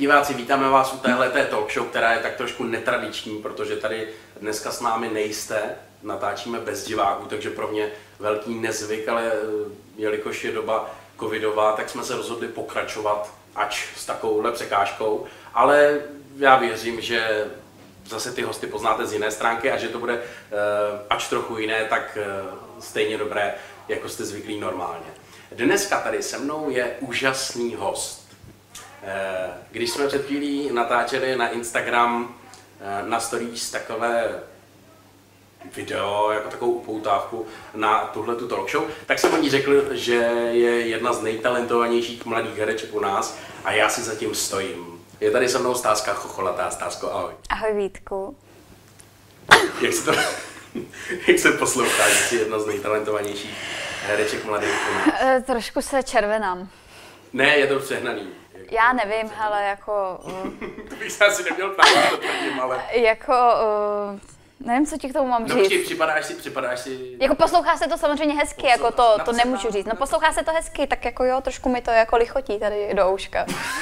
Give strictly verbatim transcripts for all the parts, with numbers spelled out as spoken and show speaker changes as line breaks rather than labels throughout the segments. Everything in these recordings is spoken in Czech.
diváci, vítáme vás u téhleté talk show, která je tak trošku netradiční, protože tady dneska s námi nejste, natáčíme bez diváků, takže pro mě velký nezvyk, ale jelikož je doba covidová, tak jsme se rozhodli pokračovat, ač s takovouhle překážkou, ale já věřím, že zase ty hosty poznáte z jiné stránky a že to bude ač trochu jiné, tak stejně dobré, jako jste zvyklí normálně. Dneska tady se mnou je úžasný host. Když jsme před chvílí natáčeli na Instagram na stories takové video, jako takovou upoutávku na tuhletu talk show, tak jsem o ní řekl, že je jedna z nejtalentovanějších mladých hereček u nás a já si zatím stojím. Je tady se mnou Stázka Chocholatá. Stázko, ahoj.
Ahoj Vítku.
Jak se to, jak se poslouchá, že jsi jedna z nejtalentovanějších hereček mladých u nás?
E, trošku se červenám.
Ne, je to přehnaný.
Já nevím, ale jako...
To bych se asi neměl ptát, to tvrdím, ale...
Jako... Uh, nevím, co ti k tomu mám říct.
No počkej, připadáš si, připadáš si...
Jako poslouchá se to samozřejmě hezky,
Poslouchá,
jako to, to
například,
nemůžu říct. No poslouchá se to hezky, tak jako jo, trošku mi to jako lichotí tady do ouška.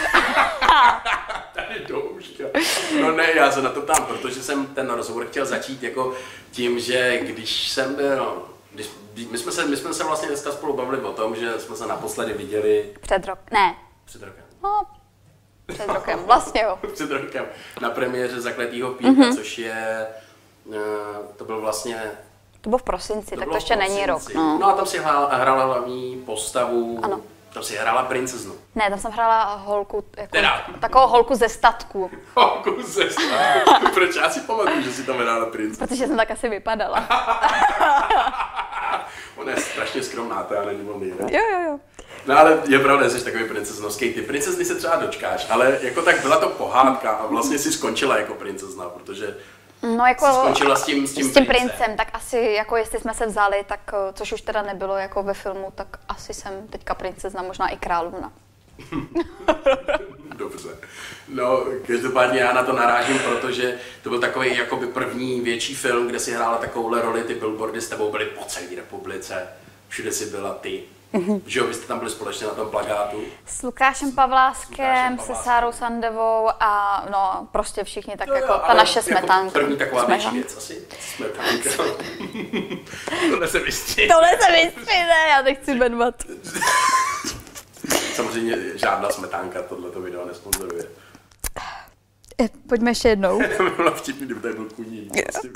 Tady do ouška. No ne, já se na to ptám, protože jsem ten rozhovor chtěl začít jako tím, že když jsem byl... Když, my, jsme se, my jsme se vlastně dneska spolu bavili o tom, že jsme se naposledy viděli...
Před rok, ne.
Před rokem.
No, před rokem, vlastně jo.
Před rokem. Na premiéře Zakletýho píka, mm-hmm. což je... To byl vlastně...
To bylo v prosinci, to tak to ještě
prosinci.
není rok. No.
no a tam si hrála, hrála hlavní postavu...
Ano.
Tam si hrála princeznu.
Ne, tam jsem hrála holku, jako,
teda.
takovou holku ze statku.
Holku ze statku? Proč já si pamatuju, že si tam hrála princeznu?
Protože jsem tak asi vypadala.
Ona je strašně skromná, to já není mluvím.
Jo, jo, jo.
No ale je pravda, že jsi takový princeznovský. Ty princezny se třeba dočkáš, ale jako tak byla to pohádka a vlastně si skončila jako princezna, protože
no, jako,
jsi skončila s tím, s tím,
s tím
princem.
princem. Tak asi, jako jestli jsme se vzali, tak, což už teda nebylo jako ve filmu, tak asi jsem teďka princezna, možná i královna.
Dobře. No, každopádně já na to narážím, protože to byl takový jakoby první větší film, kde si hrála takovouhle roli, ty billboardy s tebou byly po celé republice, všude si byla ty. Mm-hmm. Že jo, vy jste tam byli společně na tom plakátu.
S Lukášem Pavláskem, se Sárou Sandevou a no prostě všichni tak no, jako ta naše smetánka.
Jako první taková větší věc asi, smetánka. Tohle se vystřihne.
Tohle se vystřihne, já nechci jmenovat.
Samozřejmě žádná smetánka tohleto video nesponzoruje.
Pojďme ještě jednou.
Byla vtipný, kdyby tady byl kuní.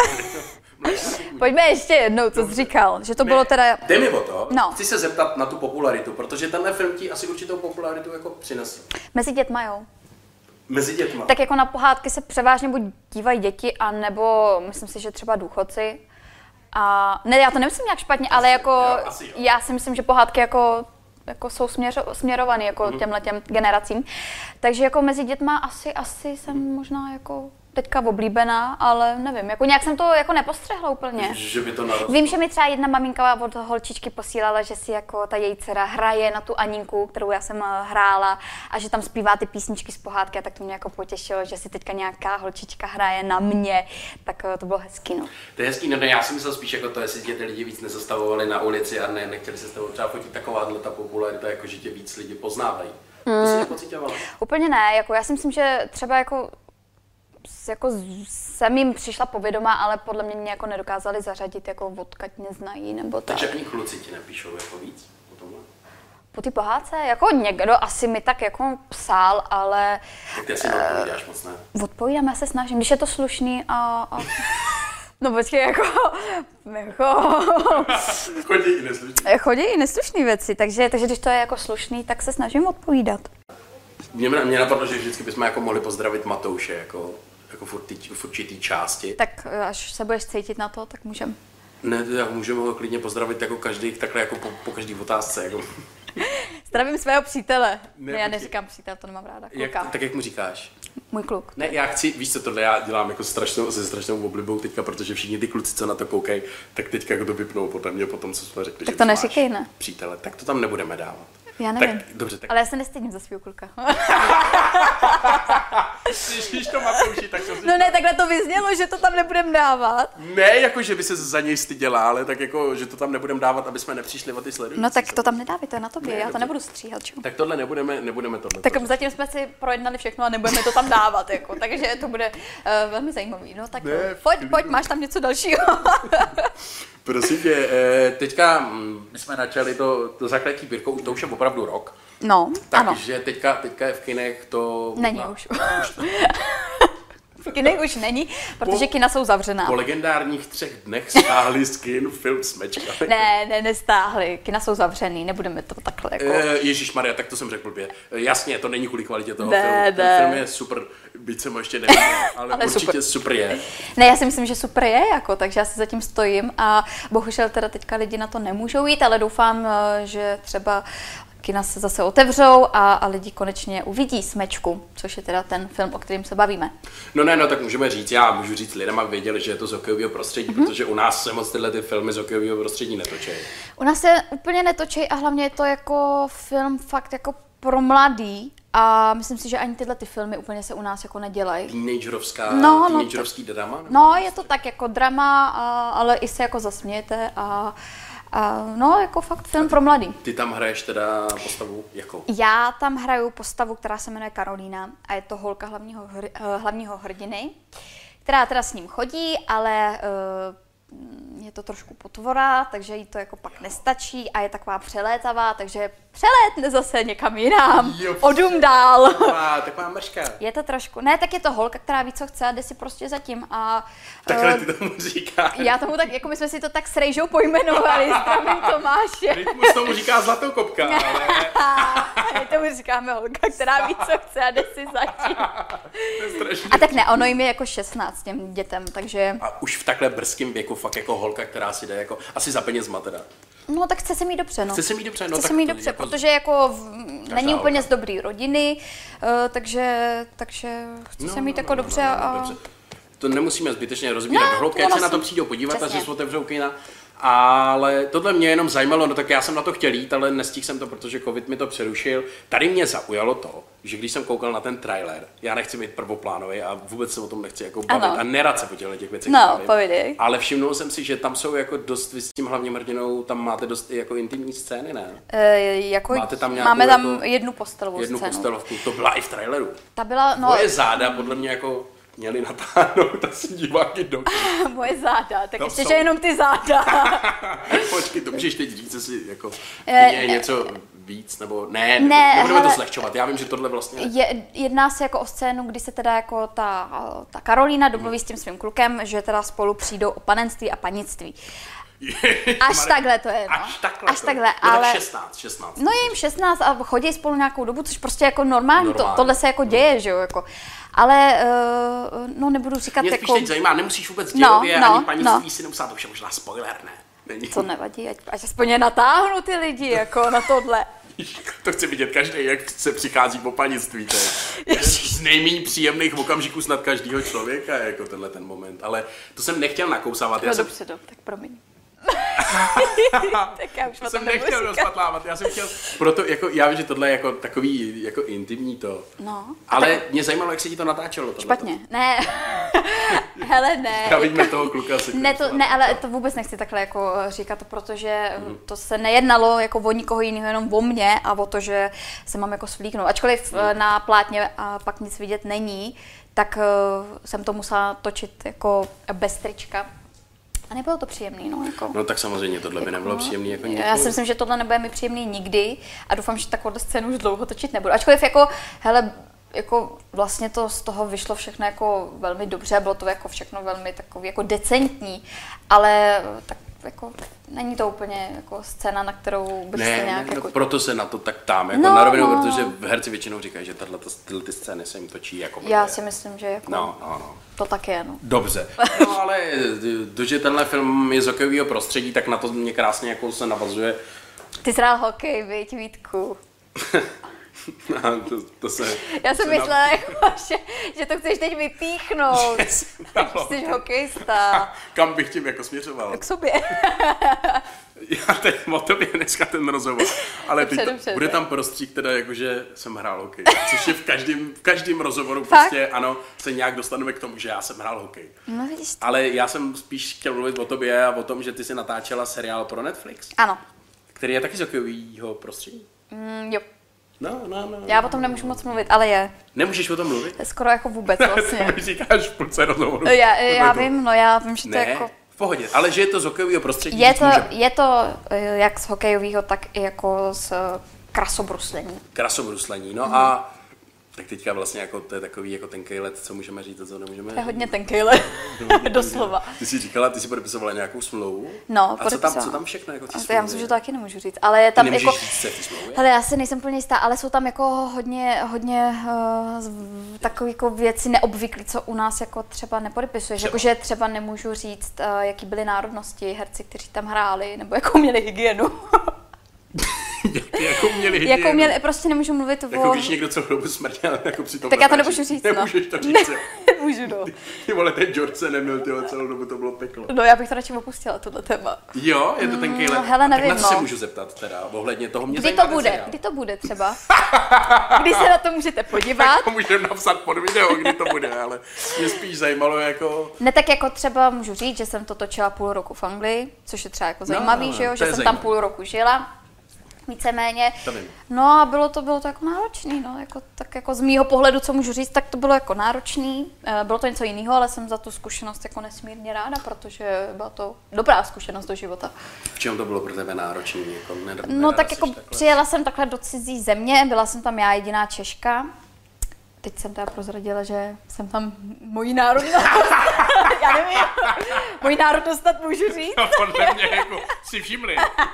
Pojďme ještě jednou, co jsi říkal, že to bylo teda...
Jde mi o to,
no.
Chci se zeptat na tu popularitu, protože tenhle film ti asi určitou popularitu jako přinesl.
Mezi dětma, jo.
Mezi dětma?
Tak jako na pohádky se převážně buď dívají děti, anebo myslím si, že třeba důchodci. A ne, já to nemyslím nějak špatně, asi, ale jako
jo, asi, jo.
Já si myslím, že pohádky jako... jako jsou směřo, směrovaný jako mm. těmhletěm generacím. Takže jako mezi dětma asi, asi jsem možná jako teďka oblíbená, ale nevím, jako nějak jsem to jako nepostřehla úplně.
Že by to narostlo.
Vím, že mi třeba jedna maminka od holčičky posílala, že si jako ta její dcera hraje na tu Aninku, kterou já jsem hrála a že tam zpívá ty písničky z pohádky a tak to mě jako potěšilo, že si teďka nějaká holčička hraje na mě, tak to bylo hezký, no.
To je hezký, no ne, já si myslel spíš jako to, jestli tě ty lidi víc nezastavovali na ulici a ne, nechtěli se s tebou třeba fotit takováhle ta popularita, jako že tě víc lidi poznávají. Mm. To jsi nepocitovala?
Úplně ne, jako já si myslím, že třeba jako jako jsem jim přišla povědomá, ale podle mě mě jako nedokázali zařadit, jako odkud mě znají, nebo tak.
Takže ani kluci ti nepíšou jako víc o tomhle?
Po ty pohádce? Jako někdo asi mi tak jako psal, ale...
Tak ty asi uh, neodpovídáš moc, ne?
Odpovídám, já se snažím, když je to slušný a... a... No počkej, jako... jako...
Chodí i neslušný.
Chodí i neslušný věci, takže, takže když to je jako slušný, tak se snažím odpovídat.
Mě, mě napadlo, že vždycky bychom jako mohli pozdravit Matouše, jako, jako v, určitý, v určitý části.
Tak až se budeš cítit na to, tak můžem.
Ne, tak můžeme ho klidně pozdravit jako každý, takhle jako po, po každý otázce. Jako.
Zdravím svého přítele.
Ne,
ne, já neříkám přítel, to nemám ráda.
Jak, tak jak mu říkáš?
Můj kluk.
Ne, já chci, víš co, tohle já dělám jako strašnou, se strašnou oblibou teďka, protože všichni ty kluci, co na to koukají, tak teďka jako to vypnou potom mě, potom co jsme řekli,
tak
že
to neříkej, ne?
Přítele, tak to tam nebudeme dávat.
Já nevím.
Tak, dobře, tak...
Ale já se nestydím za svého kluka.
Slyšíš to, Matouši, tak to
No ne, takhle to vyznělo, že to tam nebudem dávat.
Ne, jako že by se za něj styděla, ale tak jako, že to tam nebudem dávat, aby jsme nepřišli o ty sledující.
No tak to tam nedávej, to je na tobě,
Ne,
já to
dobře.
nebudu stříhat, čo?
Tak tohle nebudeme, nebudeme tohle.
Tak zatím jsme si projednali všechno a nebudeme to tam dávat, jako, takže to bude uh, velmi zajímavý. No tak
Ne,
ne, pojď, pojď, máš tam něco dalšího.
Prosím tě, eh, teďka mm, my jsme načali to, to zakletí Birkou, to už je opravdu rok.
No, ano.
Takže teďka, teďka je v kinech to...
Není
na-
už. V kinech už není, protože
Po-
kina jsou zavřená.
Po legendárních třech dnech stáhli z kin film Smečka.
Ne, ne, nestáhli. Kina jsou zavřený, nebudeme to takhle jako...
Eh, Ježišmarja, tak to jsem řekl blbě. Eh, Jasně, to není kvůli kvalitě toho
Ne,
filmu. Ten
ne.
film je super, byť jsem ho ještě neviděl, ale,
Ale
určitě super.
super.
super je.
Ne, já si myslím, že super je, jako, takže já si zatím stojím a bohužel teda teďka lidi na to nemůžou jít, ale doufám, eh, že třeba kina se zase otevřou a, a lidi konečně uvidí Smečku, což je teda ten film, o kterém se bavíme.
No ne, no tak můžeme říct, já můžu říct lidem, aby věděli, že je to z hokejového prostředí, mm-hmm. protože u nás se moc tyhle ty filmy z hokejového prostředí netočí.
U nás se úplně netočí a hlavně je to jako film fakt jako pro mladý a myslím si, že ani tyhle ty filmy úplně se u nás jako nedělají.
Teenagerovská,
No, no,
teenagerovský drama? nebo-
No, je to tak jako drama, a, ale i se jako zasmějete a, a no, jako fakt film pro mladý.
Ty tam hraješ teda postavu jakou?
Já tam hraju postavu, která se jmenuje Karolína a je to holka hlavního, hr, eh, hlavního hrdiny, která teda s ním chodí, ale eh, je to trošku potvora, takže jí to jako pak nestačí a je taková přelétavá, takže přelétne zase někam jinam,
Jo.
o dům dál.
Taková, taková mrška.
Je to trošku, ne, tak je to holka, která ví, co chce a jde si prostě zatím a
Takhle
eh,
ty tomu říkáš.
já tomu tak, jako my jsme si to tak s Rejžou pojmenovali, zdravím Tomáše.
Rytmus tomu říká zlatokopka, ale
My tomu říkáme holka, která ví, co chce a jde si zatím.
to je strašně.
A tak ne, ono jim je jako šestnáct těm dětem, takže
A už v takhle brzkém věku fakt jako holka, která si jde jako asi za penězma teda.
no tak chce se mít dobře, no.
Chce se mít dobře, no
Chce
tak
se mít
to
dobře,
jako-
protože jako v, není
holka.
úplně z dobrý rodiny, uh, takže, takže chce se mít jako dobře a...
dobře. To nemusíme zbytečně rozbírat
No,
do hloubky, ať se
nemusí.
na to přijdou podívat,
Přesně.
až se otevřou kina. Ale tohle mě jenom zajímalo, no tak já jsem na to chtěl jít, ale nestihl jsem to, protože covid mi to přerušil. Tady mě zaujalo to, že když jsem koukal na ten trailer, já nechci být prvoplánový a vůbec se o tom nechci jako bavit
Ano.
a nerad se po těchto těch věcech
No,
bavím.
povídej.
Ale všimnul jsem si, že tam jsou jako dost, vy s tím hlavním hrdinou, tam máte dost i jako intimní scény, ne?
E, jako,
Máte tam nějakou
máme tam
jako
jednu postelovou
Jednu
scénu.
postelovku, to byla i v traileru.
Ta byla, no,
Moje záda podle mě jako měli natáhnout asi diváky do kina.
moje záda, tak
Tam
ještě,
jsou-
že jenom ty záda.
Počkej, to můžeš teď říct, jestli jako
Eh,
je něco víc, nebo ne,
Ne,
nebudeme to
hele-
zlehčovat. Já vím, že tohle vlastně...
Je, jedná se jako o scénu, kdy se teda jako ta, ta Karolína domluví s tím svým klukem, že teda spolu přijdou o panenství a panictví. Až takhle to je, no.
Až takhle.
Až
to
takhle,
je. No,
ale...
tak šestnáct, šestnáct.
No je jim šestnáct a chodí spolu nějakou dobu, což prostě jako normální,
Normální.
To, tohle se jako děje, že jo, jako. Ale, uh, no nebudu říkat
Mě
jako...
spíš teď zajímá, nemusíš vůbec
No,
dělově,
no,
ani panictví
no.
si nemusá, to už je možná spoiler, ne? Není.
To nevadí, ať, ať aspoň je natáhnu ty lidi, jako na tohle.
To chce vidět každý, jak se přichází po panictví. To je z nejméně příjemných okamžiků snad každého člověka, jako tenhle ten moment. Ale to jsem nechtěl nakousávat. Já
No
jsem,
dobře, no, tak promiň. Tak já už
to
o tom
jsem
nebudu
nechtěl
říkat.
rozpatlávat. Já jsem chtěl, proto jako, já vím, že tohle je jako takový jako intimní to.
No. a
Ale
tak
mě zajímalo, jak se ti to natáčelo. tohleto.
špatně, ne. Hele, ne.
Já vidíme toho kluka si.
Ne, to, ne, ale to vůbec nechci takhle jako říkat, protože mm. to se nejednalo jako o nikoho jiného, jenom o mě a o to, že se mám jako svlíknout. Ačkoliv mm. na plátně a pak nic vidět není, tak uh, jsem to musela točit jako bez trička. A nebylo to příjemný, no, jako.
No tak samozřejmě tohle by nebylo příjemný jako
Já
někomu.
si myslím, že tohle nebude mi příjemný nikdy a doufám, že takovou scénu už dlouho točit nebudu. Ačkoliv jako, hele, jako vlastně to z toho vyšlo všechno jako velmi dobře, bylo to jako všechno velmi takový jako decentní, ale tak jako není to úplně jako scéna, na kterou bych
Ne,
se nějak
ne,
jako...
no, proto se na to tak ptám, jako
No,
na rovinu,
no.
protože herci většinou říkají, že tahle, tyhle ty scény se jim točí jako
Já
blbě.
si myslím, že jako
No, no, no.
to tak je, no.
Dobře. No ale to, že tenhle film je z hokejového prostředí, tak na to mě krásně jako se navazuje.
Ty jsi hrál hokej, viď, Vítku?
to, to se...
Já jsem
se
myslela, na... jako, že, že to chceš teď vypíchnout. Jsi hokejista.
Kam bych tím jako směřoval?
K sobě.
Já teď o tobě dneska ten rozhovor, ale
dobře,
to,
dobře,
bude tam prostřík teda jakože jsem hrál hokej, což je v každém, v každém rozhovoru Fakt? prostě ano, se nějak dostaneme k tomu, že já jsem hrál hokej.
No, vidíš to.
Ale já jsem spíš chtěl mluvit o tobě a o tom, že ty jsi natáčela seriál pro Netflix.
Ano.
Který je taky z hokejového prostředí.
Mm, jo.
No, no, no.
Já o tom nemůžu moc mluvit, ale je.
Nemůžeš o tom mluvit?
Skoro jako vůbec vlastně.
To mi říkáš v půlce rozhovoru.
Já, já vím, no já vím, že to
ne,
jako...
v pohodě, ale že je to z hokejového prostředí.
Je to,
můžeme.
je to jak z hokejového, tak i jako z krasobruslení.
Krasobruslení, no mm. a tak teďka vlastně jako to je takový jako tenkej let, co můžeme říct, co nemůžeme.
To je hodně tenkej let, doslova.
Ty jsi říkala, ty jsi podepisovala nějakou smlouvu?
No,
a co tam, co tam všechno jako ty
Já myslím, že to taky nemůžu říct, ale je tam
ty
jako...
říct, v té smlouvě?
Hele, já si nejsem úplně jistá, ale jsou tam jako hodně, hodně uh, takové jako věci neobvyklé, co u nás jako třeba nepodepisuješ. Jakože třeba nemůžu říct, uh, jaký byly národnosti herci, kteří tam hráli, nebo jakou měli hygienu.
Jakou měli hygienu?
Jakou měli, prostě nemůžu mluvit
jako o... Jako když někdo celou dobu smrtěl, jako při tom
tak já to nemůžu říct, no.
Nemůžeš to říct, jo.
Nemůžu, no.
Ty, ty vole, ten George se nemil, tyhle, celou dobu to bylo peklo.
No, já bych to radši opustila, tohle téma.
Jo, je to tenkej let.
No, hele, nevím,
tak na co
no.
se můžu zeptat teda, ohledně toho mě
Kdy to bude, kdy to bude třeba? Kdy se na to můžete podívat?
Tak to můžeme napsat pod video, kdy to bude, ale mě spíš zajímalo jako...
Ne, tak jako třeba můžu říct, že jsem to točila půl roku v Anglii, což je třeba jako zajímavý, no, no, že jo, že jsem zajímavý. Tam půl roku žila. Víceméně. No a bylo to, bylo to jako náročný, no, jako, tak jako z mýho pohledu, co můžu říct, tak to bylo jako náročný. Bylo to něco jiného, ale jsem za tu zkušenost jako nesmírně ráda, protože byla to dobrá zkušenost do života.
V čem to bylo pro tebe náročný? Jako nedr-
no tak jako takhle. Přijela jsem takhle do cizí země, byla jsem tam já jediná Češka. Teď jsem teda prozradila, že jsem tam mojí národnost. Já nevím, mojí národnost snad můžu říct.
No podle mě jako si všimli.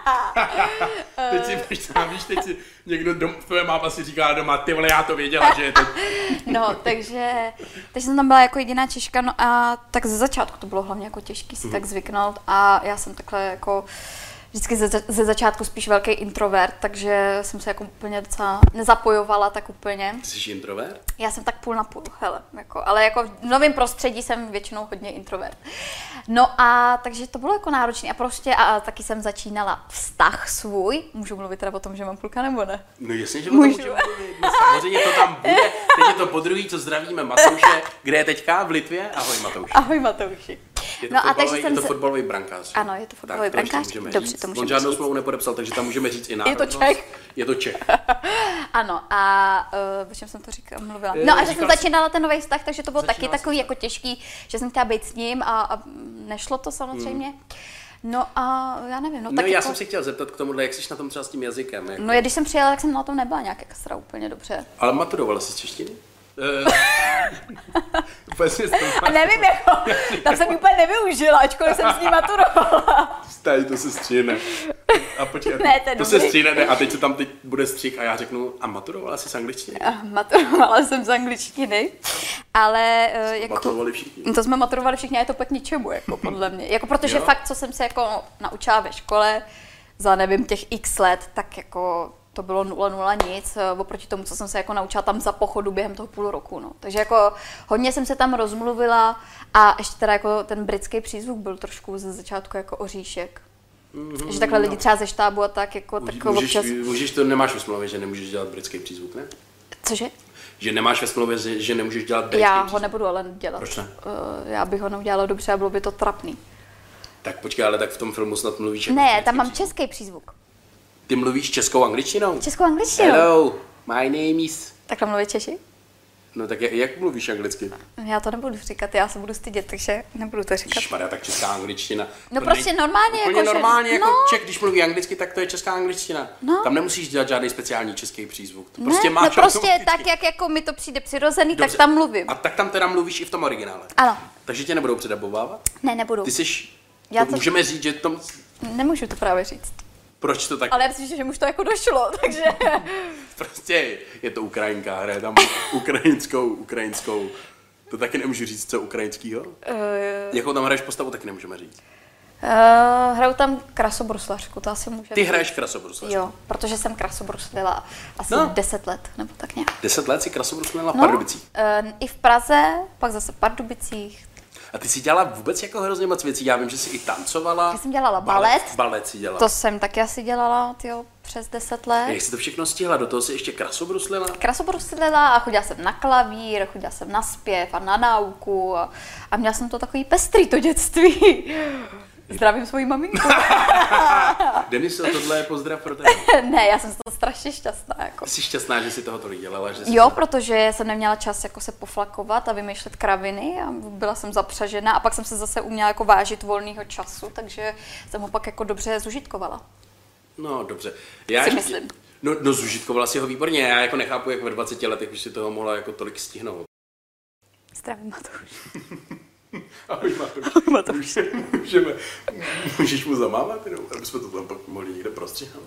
Teď si možná víš, teď si někdo dom, tvoje máma si říká doma, ty vole, já to věděla, že je to...
No, takže, takže jsem tam byla jako jediná Češka, no a tak ze začátku to bylo hlavně jako těžký si mm. tak zvyknout a já jsem takhle jako vždycky ze, ze začátku spíš velký introvert, takže jsem se jako úplně docela nezapojovala tak úplně.
Ty jsi introvert?
Já jsem tak půl na půl, hele, jako, ale jako v novém prostředí jsem většinou hodně introvert. No a takže to bylo jako náročné a prostě a, a taky jsem začínala vztah svůj. Můžu mluvit teda o tom, že mám kluka nebo ne?
No jasně, že o tom můžu mluvit. No, samozřejmě to tam bude. Teď je to podruhý, co zdravíme Matouše. Kde je teďka? V Litvě? Ahoj Matouši.
Ahoj Matouši.
Je to,
no
fotbalový,
a takže
je to
jsem
fotbalový brankář.
Ano, je to fotbalový
tak,
brankář.
To
Dobře, to můžeme
On žádnou
říct.
smlouvu nepodepsal, takže tam můžeme říct i národnost.
Je to Čech.
Je to Čech.
Ano, a uh, o čem jsem to říkala, mluvila? No a že jsem začínala ten nový vztah, takže to bylo taky takový jako těžký, že jsem chtěla být s ním a, a nešlo to samozřejmě. Hmm. No a já nevím, no,
no
tak
já
jako...
jsem se chtěl zeptat k tomuhle, jak jsi na tom třeba s tím jazykem? Jako...
No já když jsem přijela, tak jsem na tom nebyla nějak extra úplně dobře.
Ale maturovala jsi z češtiny?
A nevím, jako, tam jsem úplně nevyužila, ačkoliv jsem s ní maturovala.
Tady to se stříhne. A počkej,
ne, to,
to se stříhne a teď se tam teď bude střih a já řeknu, a maturovala jsi z angličtiny?
A maturovala jsem z angličtiny, ale jako,
maturovali všichni.
To jsme maturovali všichni a je to pak ničemu, jako podle mě. Jako, protože jo? Fakt, co jsem se jako naučila ve škole za nevím těch x let, tak jako to bylo nula nula nic, oproti tomu, co jsem se jako naučila tam za pochodu během toho půl roku. No. Takže jako hodně jsem se tam rozmluvila a ještě teda jako ten britský přízvuk byl trošku ze začátku jako oříšek. Mm-hmm, že takhle no. Lidi třeba ze štábu a tak jako
Můžeš,
tak občas...
Můžeš to, nemáš ve smlouvě, že nemůžeš dělat britský přízvuk, ne?
Cože?
Že nemáš ve smlouvě, že nemůžeš dělat britský
Já
přízvuk.
ho nebudu ale dělat.
Proč ne?
Já bych ho neudělala dobře a bylo by to trapný.
Tak počkej, ale tak v tom filmu snad mluvíš...
Ne, tam mám přízvuk. Český přízvuk.
Ty mluvíš českou angličtinou?
Českou angličtinou.
Hello, my name is...
Takhle mluví Češi?
No tak jak mluvíš anglicky?
Já to nebudu říkat, já se budu stydět, takže nebudu to říkat.
Šmarja, tak česká angličtina.
No to prostě nej... normálně
jako,
jako,
normálně
že...
jako
no.
Čech, když mluví anglicky, tak to je česká angličtina. No. Tam nemusíš dělat žádný speciální český přízvuk. To prostě
ne,
máš
no prostě tak, jak jako mi to přijde přirozený, dobře. Tak tam mluvím.
A tak tam teda mluvíš i v tom originále?
Ano.
Takže tě nebudou předabovávat?
Ne, nebudou.
Ty jsi... Já to... Můžeme říct, že tom...
Nemůžu to právě říct.
Proč to tak?
Ale já myslím, že už to jako došlo, takže...
Prostě je to Ukrajinka, hraje tam ukrajinskou, ukrajinskou. To taky nemůžu říct, co ukrajinskýho? Uh... Jakou tam hraješ postavu, taky nemůžeme říct.
Uh, hraju tam krasobruslařku, to asi může
Ty
být.
hraješ krasobruslařku?
Jo, protože jsem krasobruslila asi
No.
deset let, nebo tak nějak.
Deset let si krasobruslila v
No,
Pardubicích.
Uh, I v Praze, pak zase v Pardubicích.
A ty jsi dělala vůbec jako hrozně moc věcí. Já vím, že jsi i tancovala.
Já jsem dělala balet.
Balet si dělala.
To jsem taky asi dělala, tyjo, přes deset let.
Jak jsi to všechno stihla? Do toho si ještě krasobruslila?
Krasobruslila a chodila jsem na klavír, chodila jsem na zpěv a na náuku a, a měla jsem to takový pestrý to dětství. Zdravím svoji maminku.
Deniso, tohle je pozdrav pro tebe.
Ne, já jsem z toho strašně šťastná. Jako.
Jsi šťastná, že si toho tolik dělala? Že jsi
Jo,
to...
protože jsem neměla čas jako se poflakovat a vymýšlet kraviny a byla jsem zapřažená a pak jsem se zase uměla jako vážit volného času, takže jsem ho pak jako dobře zužitkovala.
No, dobře. Já
si
ještě...
myslím.
No, no, zužitkovala si ho výborně. Já jako nechápu, jak ve dvaceti letech už si toho mohla jako tolik stihnout.
Zdravím, Matouš.
Ahoj, Matouš. Ahoj, Matouš. Můžeme, můžeš mu zamávat, jenom, aby jsme to tam pak mohli někde prostřihnout.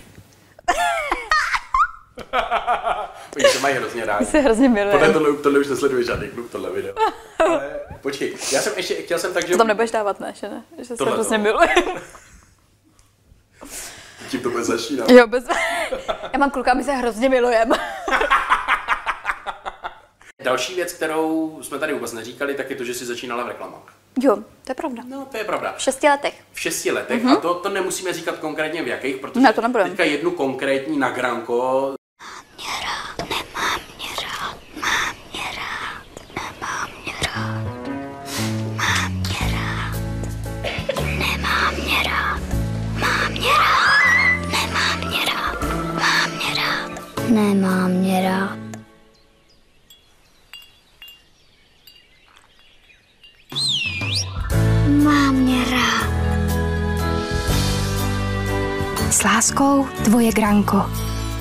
Oni se mají hrozně rádi.
My se hrozně milujeme.
Podle tohle, tohle už nesleduje žádný kluk, tohle video. Ale počkej, já jsem ještě, chtěl jsem tak, že...
To tam nebudeš dávat, ne? Že, ne? Že se hrozně
to.
milujeme.
Tím to bude začínat.
Jo, bez... Já mám kluka, my se hrozně milujeme.
Další věc, kterou jsme tady vůbec neříkali, tak je to, že jsi začínala v reklamách.
Jo, to je pravda.
No, to je pravda.
V šesti letech.
V šesti letech, mm-hmm. A to, to nemusíme říkat konkrétně v jakých, protože
ne, to nebudem.
Teďka jednu konkrétní na granko.
Nemám mě rád, mám mě rád, nemám mě rád, mám mě rád, nemám mě rád, mám mě rád, nemám mě rád, mám mě rád, nemám mě rád. Mám mě rád. S láskou, tvoje Granko.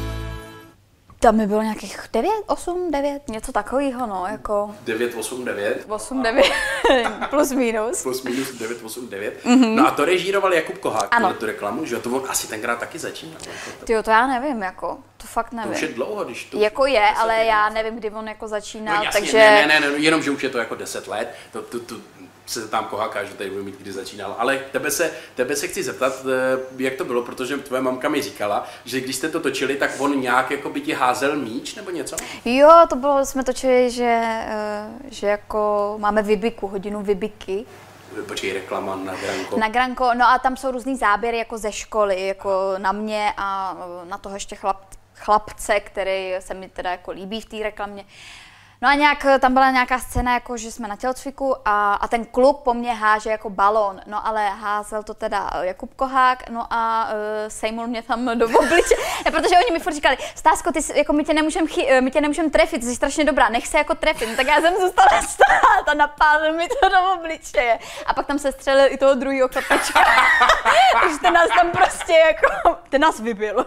Tam mi bylo nějakých devět, osm, devět, něco takového, no, jako
devět, osm, devět.
osm, devět, plus minus.
Plus minus devět, osm, devět. Mm-hmm. No a to režíroval Jakub Kohák,
ano.
tu reklamu, že to on asi tenkrát taky začínal.
Tyjo, to já nevím, jako, to fakt nevím.
To už je dlouho, když to...
Jako je,
to
ale
je
já nevím, kdy on jako začínal,
no, jasně,
takže...
Ne, ne, ne, jenom, že už je to jako deset let, to, to, to se tam Koháka, že tady bude mít, kdy začínal. Ale tebe se, tebe se chci zeptat, jak to bylo, protože tvoje mamka mi říkala, že když jste to točili, tak on nějak jako by ti házel míč nebo něco?
Jo, to bylo, jsme točili, že, že jako máme vybiku, hodinu vybiky.
Počkej, reklama na Granko.
Na Granko, no a tam jsou různý záběry jako ze školy, jako na mě a na toho ještě chlap, chlapce, který se mi teda jako líbí v té reklamě. No a nějak, tam byla nějaká scéna, jako že jsme na tělocviku a, a ten kluk po mně háže jako balón, no ale házel to teda Jakub Kohák, no a uh, sejmul mě tam do obliče, ne, protože oni mi furt říkali, Stásko, ty, jako my tě nemůžeme chy- my tě nemůžeme trefit, jsi strašně dobrá, nech se jako trefit, no, tak já jsem zůstala stát a napálil mi to do obličeje a pak tam se střelil i toho druhého chlapečka, takže ten nás tam prostě jako, ten nás vybil.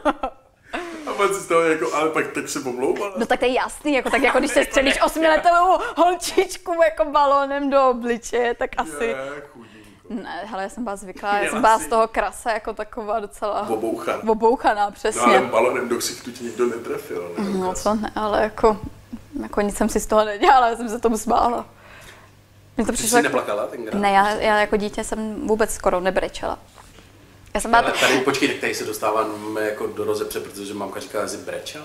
A pak si z toho jako, ale pak tak se pomlouvala.
No tak to je jasný, jako, tak jako když se střelíš osmiletovou holčičku jako balónem do obličeje, tak asi...
Je, chudinko.
Ne, hele, já jsem byla zvyklá, já jsem byla z toho krasa jako taková docela...
Obouchaná.
Obouchaná, přesně.
No ale balonem do ksichtu ti nikdo netrefil. Ne?
No to ne, ale jako, jako nic jsem si z toho nedělala, já jsem se tomu smála. Mně to
Ty
přišlo
jsi
jako...
neplakala tenkrát?
Ne, já, já jako dítě jsem vůbec skoro nebrečela. Já jsem byla...
Ale tady, počkej, tak tady se dostáváme jako do rozepře, protože mamka říkala, že jsi brečela.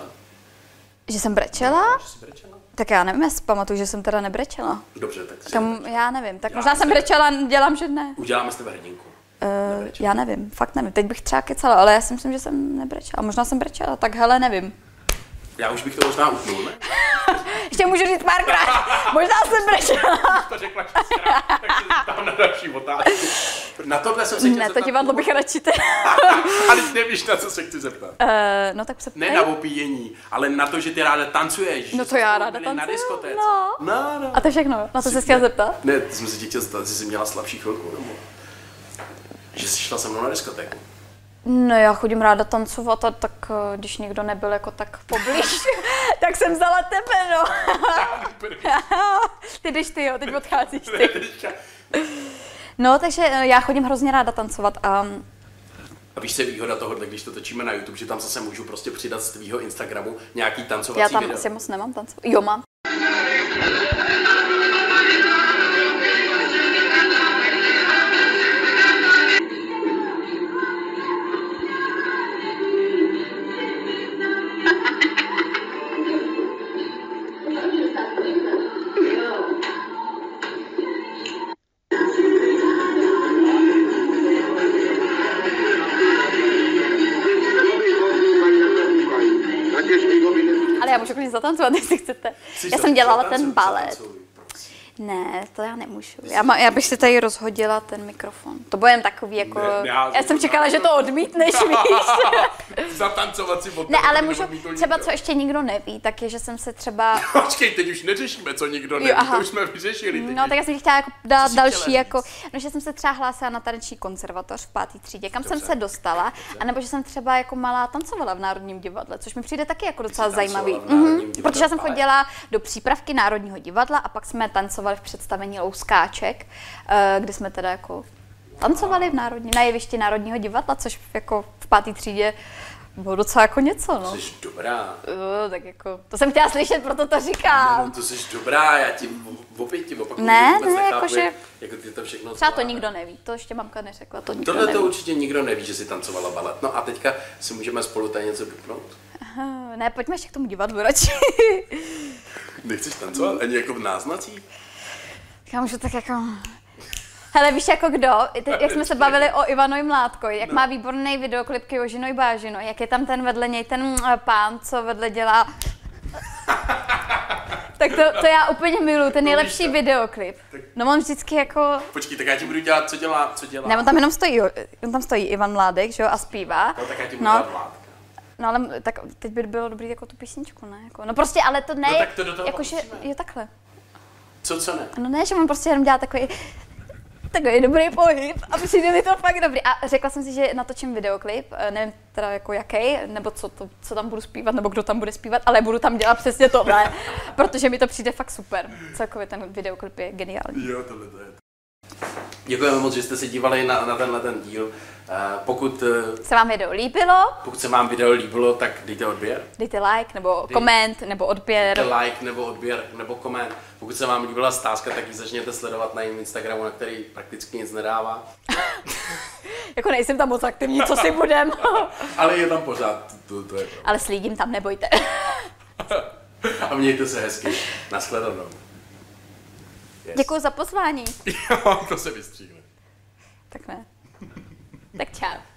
Že jsem brečela?
Že jsi brečela?
Tak já nevím, já si pamatuju, že jsem teda nebrečela.
Dobře, tak si
Kam, já nevím, tak
Já
možná jsem
si-
brečela, dělám, že ne.
uděláme z tebe hrdinku.
Uh, já nevím, fakt nevím. Teď bych třeba kecala, ale já si myslím, že jsem nebrečela. Možná jsem brečela, tak hele, nevím.
Já už bych to možná utnul, ne?
Ještě můžu říct párkrát. Možná jsem brečela.
To řekla šestkrát, tak se tam na další otázku. Na tohle jsem se chtěl
Ne, to
zeptat.
divadlo bych radši te...
Ale ty nevíš, na co se chci zeptat.
Uh, no tak se
Ne
ptej.
na opíjení, ale na to, že ty ráda tancuješ.
No
že
to
jste
já
spolu
ráda
byli na
tancuju,
diskotéce.
no.
No, no.
A to všechno, na to se chtěla zeptat?
Ne, ty jsem se tě chtěl zeptat, jestli jsi měla slabší chvilku, nebo... Že jsi šla se mnou na diskotéku.
No já chodím ráda tancovat a tak eh, když někdo nebyl jako tak poblíž, tak jsem vzala tebe, no. Ty jdeš ty, jo, teď odcházíš ty. No, takže eh, já chodím hrozně ráda tancovat a
A víš, co je výhoda tohohle, když to točíme na YouTube, že tam zase můžu prostě přidat z tvýho Instagramu nějaký tancovací
já tam
video.
asi moc nemám tancovat. Jo, mám. můžu zatancovat, jestli chcete.
Jsi
Já
za-
jsem dělala
zatancuj,
ten balet.
zatancuj, prosím.
Ne, to já nemůžu. Já, má, já bych si tady rozhodila ten mikrofon. To bude jen takový jako...
Ne, neházej
já jsem
to
čekala,
na
že to odmítneš, víš.
Zatancovat si od
Ne,
toho,
ale
to
můžu,
neodmítl
třeba
nikdo.
co ještě nikdo neví, tak je, že jsem se třeba...
Počkej, teď už neřešíme, co nikdo neví,
aha.
to už jsme vyřešili. Teď
No, tak já jsem ti chtěla jako dát
jsi
další,
chtěla
jako,
říct?
no, že jsem se třeba hlásila na taneční konzervatoř v páté třídě, kam
Dobře.
jsem se dostala, anebo že jsem třeba jako malá tancovala v Národním divadle, což mi přijde taky jako docela
jsi
zajímavý.
tancovala v Národním divadle
Protože já jsem
balet?
chodila do přípravky Národního divadla a pak jsme tancovali v představení Louskáček, eh, kde jsme teda jako tancovali v Národní, na jevišti Národního divadla, což jako v páté třídě bylo docela jako něco, no.
Jsi dobrá.
Uh, tak jako, to jsem chtěla slyšet, proto to říkám.
No, to jsi dobrá, já ti v- opět ti opakuju,
Ne,
že vůbec
ne,
nechápu,
jakože-
jak, jako ty to všechno
Třeba to
zvládáš.
nikdo neví, to ještě mamka neřekla, to nikdo
Tohle
neví.
to určitě nikdo neví, že jsi tancovala balet. No a teďka si můžeme spolu tady něco vypnout.
Uh, ne, pojďme ještě k tomu divadlu radši.
Nechceš tancovat? Ani jako v náznacích?
Já můžu tak jako... Hele, víš jako kdo? Teď, jak jsme se bavili o Ivanoj Mládkoj, jak no. má výborný videoklip k Jožinoj Bážino, jak je tam ten vedle něj ten eh, pán, co vedle dělá... Tak to, to já úplně miluji, ten nejlepší
to.
videoklip. No on vždycky jako...
Počkej, tak já ti budu dělat, co dělá, co dělá.
Ne, on tam jenom stojí, on tam stojí Ivan Mládek, že jo, a zpívá.
No tak já ti budu
No.
dělat Mládka.
No ale tak teď by bylo dobrý jako tu písničku, ne? Jako, no prostě, ale to ne,
No tak to do toho
jako že,
pustíme.
jo takhle.
Co, co ne?
No ne, že on prostě jenom dělá takový, takový dobrý pohyb a přijde mi to fakt dobrý. A řekla jsem si, že natočím videoklip, eh, nevím teda jako jaký, nebo co, to, co tam budu zpívat, nebo kdo tam bude zpívat, ale budu tam dělat přesně tohle, protože mi to přijde fakt super. Celkově ten videoklip je geniální.
Jo, tohle to je. Děkujeme moc, že jste se dívali na, na tenhle ten díl. Uh, pokud, uh,
Se vám video líbilo,
pokud se vám video líbilo, tak dejte odběr.
dejte like, nebo koment, nebo odběr.
Dejte like nebo odběr nebo koment. Pokud se vám líbila stázka, tak ji začněte sledovat na jejím Instagramu, na který prakticky nic nedává.
Jako nejsem tam moc aktivní, co si budem.
Ale je tam pořád, to, to je to.
Ale s lidím tam nebojte.
A mějte se hezky. Nashledanou. Yes.
Děkuji za pozvání.
Jo, to se vystříhne.
Tak ne. Tak čau.